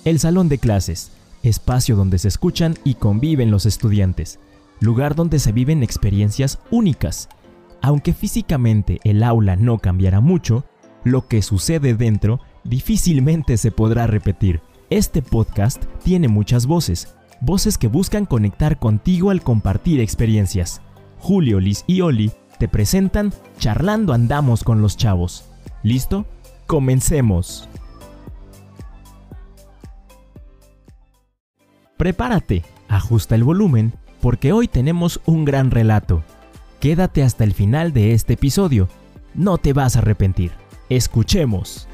El salón de clases, espacio donde se escuchan y conviven los estudiantes, lugar donde se viven experiencias únicas. Aunque físicamente el aula no cambiará mucho, lo que sucede dentro difícilmente se podrá repetir. Este podcast tiene muchas voces que buscan conectar contigo al compartir experiencias. Julio, Liz y Oli te presentan Charlando Andamos con los Chavos. ¿Listo? ¡Comencemos! Prepárate, ajusta el volumen, porque hoy tenemos un gran relato. Quédate hasta el final de este episodio. No te vas a arrepentir. ¡Escuchemos!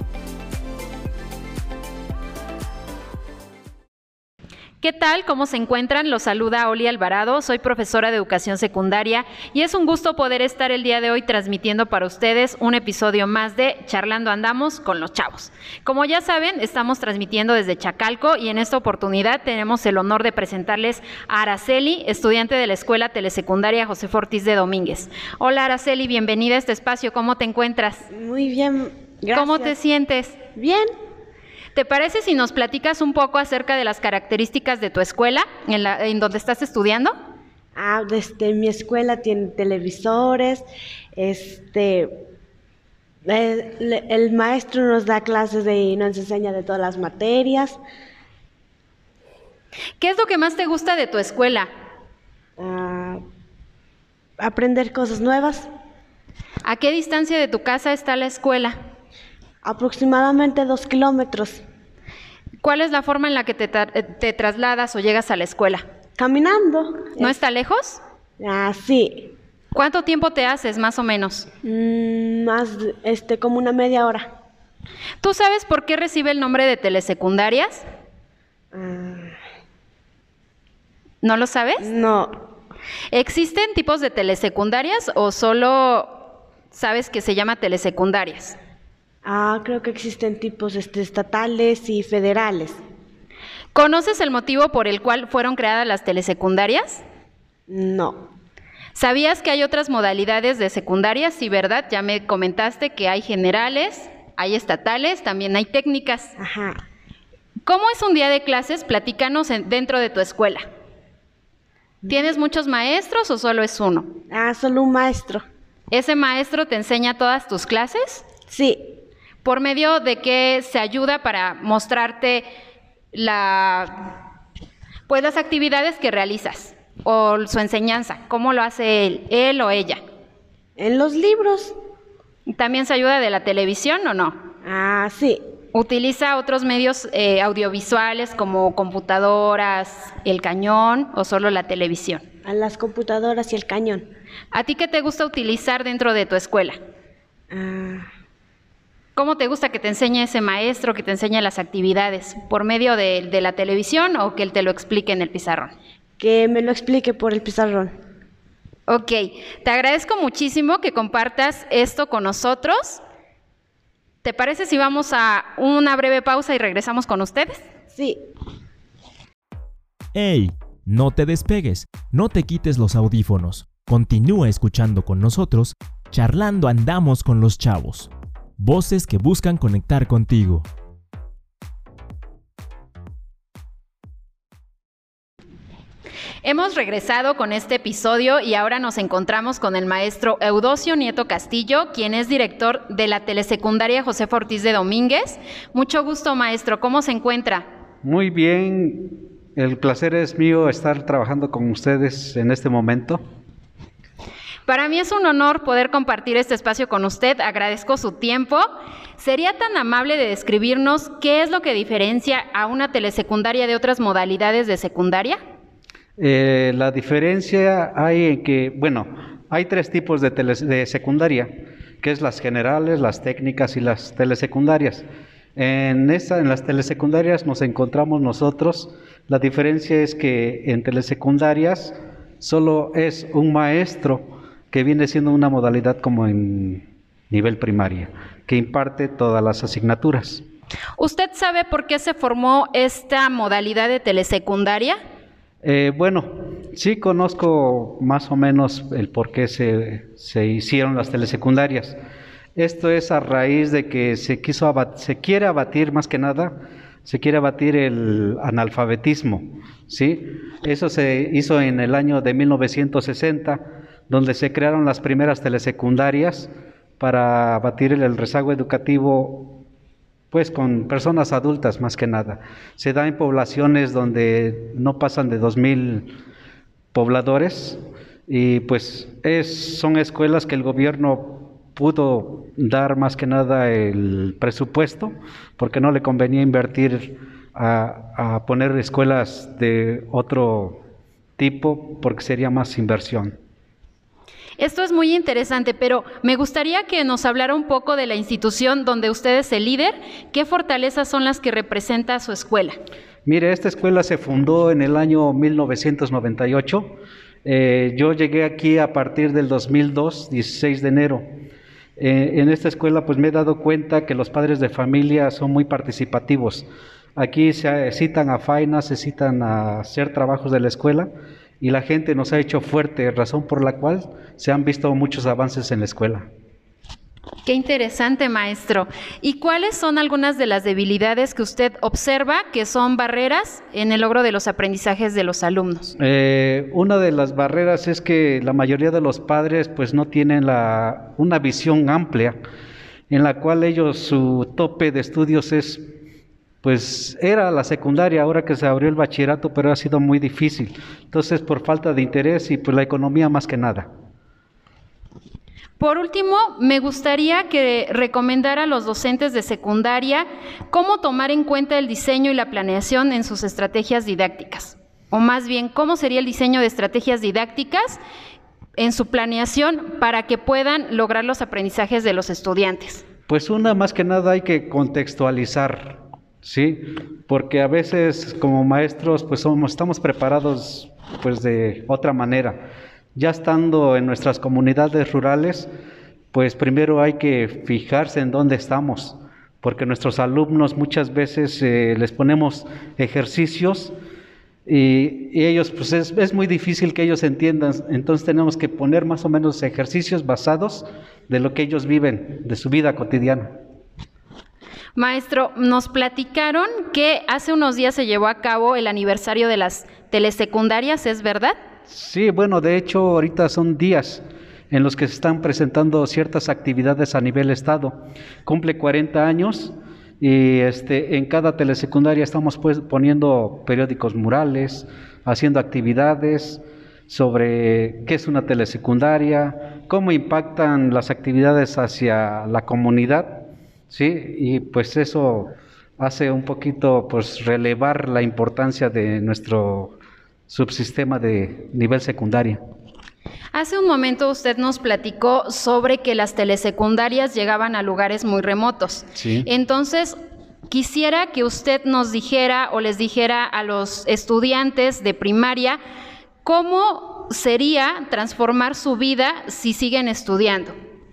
¿Qué tal? ¿Cómo se encuentran? Los saluda Oli Alvarado, soy profesora de educación secundaria y es un gusto poder estar el día de hoy transmitiendo para ustedes un episodio más de Charlando Andamos con los Chavos. Como ya saben, estamos transmitiendo desde Chacalco y en esta oportunidad tenemos el honor de presentarles a Araceli, estudiante de la Escuela Telesecundaria Joséfa Ortiz de Domínguez. Hola Araceli, bienvenida a este espacio, ¿cómo te encuentras? Muy bien, gracias. ¿Cómo te sientes? Bien. ¿Te parece si nos platicas un poco acerca de las características de tu escuela, en donde estás estudiando? Mi escuela tiene televisores, el maestro nos da clases y nos enseña de todas las materias. ¿Qué es lo que más te gusta de tu escuela? Aprender cosas nuevas. ¿A qué distancia de tu casa está la escuela? Aproximadamente 2 kilómetros. ¿Cuál es la forma en la que te trasladas o llegas a la escuela? Caminando. ¿No está lejos? Sí. ¿Cuánto tiempo te haces, más o menos? Como una media hora. ¿Tú sabes por qué recibe el nombre de telesecundarias? ¿No lo sabes? No. ¿Existen tipos de telesecundarias o solo sabes que se llama telesecundarias? Creo que existen tipos estatales y federales. ¿Conoces el motivo por el cual fueron creadas las telesecundarias? No. ¿Sabías que hay otras modalidades de secundarias? Sí, ¿verdad? Ya me comentaste que hay generales, hay estatales, también hay técnicas. Ajá. ¿Cómo es un día de clases? Platícanos dentro de tu escuela. ¿Tienes muchos maestros o solo es uno? Solo un maestro. ¿Ese maestro te enseña todas tus clases? Sí. ¿Por medio de qué se ayuda para mostrarte las actividades que realizas o su enseñanza? ¿Cómo lo hace él o ella? En los libros. ¿También se ayuda de la televisión o no? Sí. ¿Utiliza otros medios audiovisuales como computadoras, el cañón o solo la televisión? A las computadoras y el cañón. ¿A ti qué te gusta utilizar dentro de tu escuela? ¿Cómo te gusta que te enseñe ese maestro, que te enseñe las actividades? ¿Por medio de la televisión o que él te lo explique en el pizarrón? Que me lo explique por el pizarrón. Ok, te agradezco muchísimo que compartas esto con nosotros. ¿Te parece si vamos a una breve pausa y regresamos con ustedes? Sí. ¡Ey! No te despegues, no te quites los audífonos. Continúa escuchando con nosotros, Charlando Andamos con los Chavos. Voces que buscan conectar contigo. Hemos regresado con este episodio y ahora nos encontramos con el maestro Eudosio Nieto Castillo, quien es director de la Telesecundaria Joséfa Ortiz de Domínguez. Mucho gusto, maestro. ¿Cómo se encuentra? Muy bien. El placer es mío estar trabajando con ustedes en este momento. Para mí es un honor poder compartir este espacio con usted. Agradezco su tiempo. ¿Sería tan amable de describirnos qué es lo que diferencia a una telesecundaria de otras modalidades de secundaria? La diferencia hay en que, hay 3 tipos de secundaria, que es las generales, las técnicas y las telesecundarias. En las telesecundarias nos encontramos nosotros. La diferencia es que en telesecundarias solo es un maestro, que viene siendo una modalidad como en nivel primaria, que imparte todas las asignaturas. ¿Usted sabe por qué se formó esta modalidad de telesecundaria? Sí conozco más o menos el por qué se hicieron las telesecundarias. Esto es a raíz de que se quiere abatir más que nada se quiere abatir el analfabetismo, ¿sí? Eso se hizo en el año de 1960, donde se crearon las primeras telesecundarias para abatir el rezago educativo, pues con personas adultas más que nada. Se da en poblaciones donde no pasan de 2,000 pobladores y pues son escuelas que el gobierno pudo dar más que nada el presupuesto porque no le convenía invertir a poner escuelas de otro tipo porque sería más inversión. Esto es muy interesante, pero me gustaría que nos hablara un poco de la institución donde usted es el líder. ¿Qué fortalezas son las que representa su escuela? Mire, esta escuela se fundó en el año 1998. Yo llegué aquí a partir del 2002, 16 de enero. En esta escuela pues me he dado cuenta que los padres de familia son muy participativos. Aquí se citan a faenas, se citan a hacer trabajos de la escuela y la gente nos ha hecho fuerte, razón por la cual se han visto muchos avances en la escuela. Qué interesante, maestro. ¿Y cuáles son algunas de las debilidades que usted observa que son barreras en el logro de los aprendizajes de los alumnos? Una de las barreras es que la mayoría de los padres pues no tienen una visión amplia en la cual ellos su tope de estudios era la secundaria, ahora que se abrió el bachillerato, pero ha sido muy difícil. Entonces, por falta de interés y pues la economía más que nada. Por último, me gustaría que recomendara a los docentes de secundaria cómo tomar en cuenta el diseño y la planeación en sus estrategias didácticas. O más bien, ¿cómo sería el diseño de estrategias didácticas en su planeación para que puedan lograr los aprendizajes de los estudiantes? Pues más que nada hay que contextualizar, ¿sí? Porque a veces como maestros pues estamos preparados pues de otra manera. Ya estando en nuestras comunidades rurales, pues primero hay que fijarse en dónde estamos, porque nuestros alumnos muchas veces les ponemos ejercicios y ellos pues es muy difícil que ellos entiendan, entonces tenemos que poner más o menos ejercicios basados de lo que ellos viven, de su vida cotidiana. Maestro, nos platicaron que hace unos días se llevó a cabo el aniversario de las telesecundarias, ¿es verdad? Sí, bueno, de hecho ahorita son días en los que se están presentando ciertas actividades a nivel estado. Cumple 40 años y en cada telesecundaria estamos pues poniendo periódicos murales, haciendo actividades sobre qué es una telesecundaria, cómo impactan las actividades hacia la comunidad, ¿sí? Y pues eso hace un poquito pues relevar la importancia de nuestro subsistema de nivel secundaria. Hace un momento usted nos platicó sobre que las telesecundarias llegaban a lugares muy remotos. Sí. Entonces, quisiera que usted nos dijera o les dijera a los estudiantes de primaria cómo sería transformar su vida si siguen estudiando.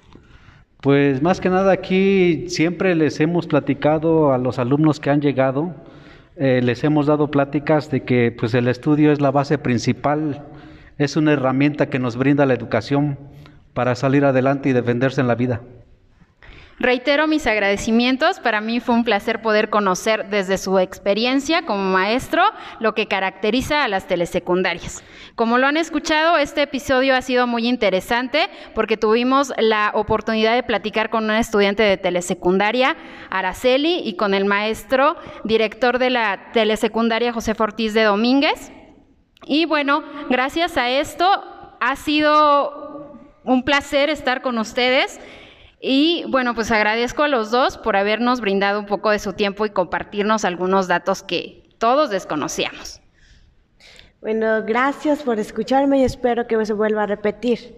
Pues más que nada aquí siempre les hemos platicado a los alumnos que han llegado, les hemos dado pláticas de que pues el estudio es la base principal, es una herramienta que nos brinda la educación para salir adelante y defenderse en la vida. Reitero mis agradecimientos, para mí fue un placer poder conocer desde su experiencia como maestro lo que caracteriza a las telesecundarias. Como lo han escuchado, este episodio ha sido muy interesante porque tuvimos la oportunidad de platicar con una estudiante de telesecundaria, Araceli, y con el maestro director de la telesecundaria, José Ortiz de Domínguez. Y bueno, gracias a esto ha sido un placer estar con ustedes. Y bueno, pues agradezco a los dos por habernos brindado un poco de su tiempo y compartirnos algunos datos que todos desconocíamos. Bueno, gracias por escucharme y espero que se vuelva a repetir.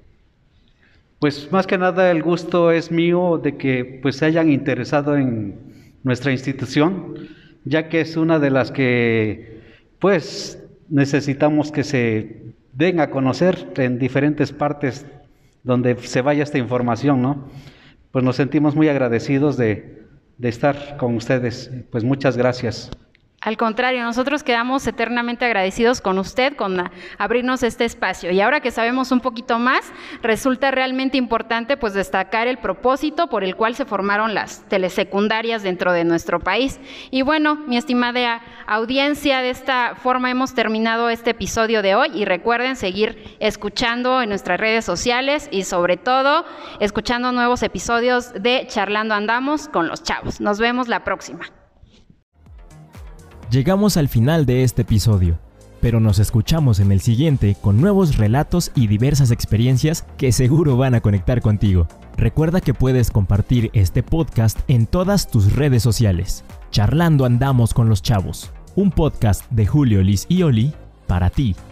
Pues más que nada el gusto es mío de que pues se hayan interesado en nuestra institución, ya que es una de las que pues necesitamos que se den a conocer en diferentes partes donde se vaya esta información, ¿no? Pues nos sentimos muy agradecidos de estar con ustedes. Pues muchas gracias. Al contrario, nosotros quedamos eternamente agradecidos con usted, con abrirnos este espacio. Y ahora que sabemos un poquito más, resulta realmente importante pues destacar el propósito por el cual se formaron las telesecundarias dentro de nuestro país. Y bueno, mi estimada audiencia, de esta forma hemos terminado este episodio de hoy y recuerden seguir escuchando en nuestras redes sociales y sobre todo escuchando nuevos episodios de Charlando Andamos con los chavos. Nos vemos la próxima. Llegamos al final de este episodio, pero nos escuchamos en el siguiente con nuevos relatos y diversas experiencias que seguro van a conectar contigo. Recuerda que puedes compartir este podcast en todas tus redes sociales. Charlando Andamos con los chavos, un podcast de Julio, Liz y Oli para ti.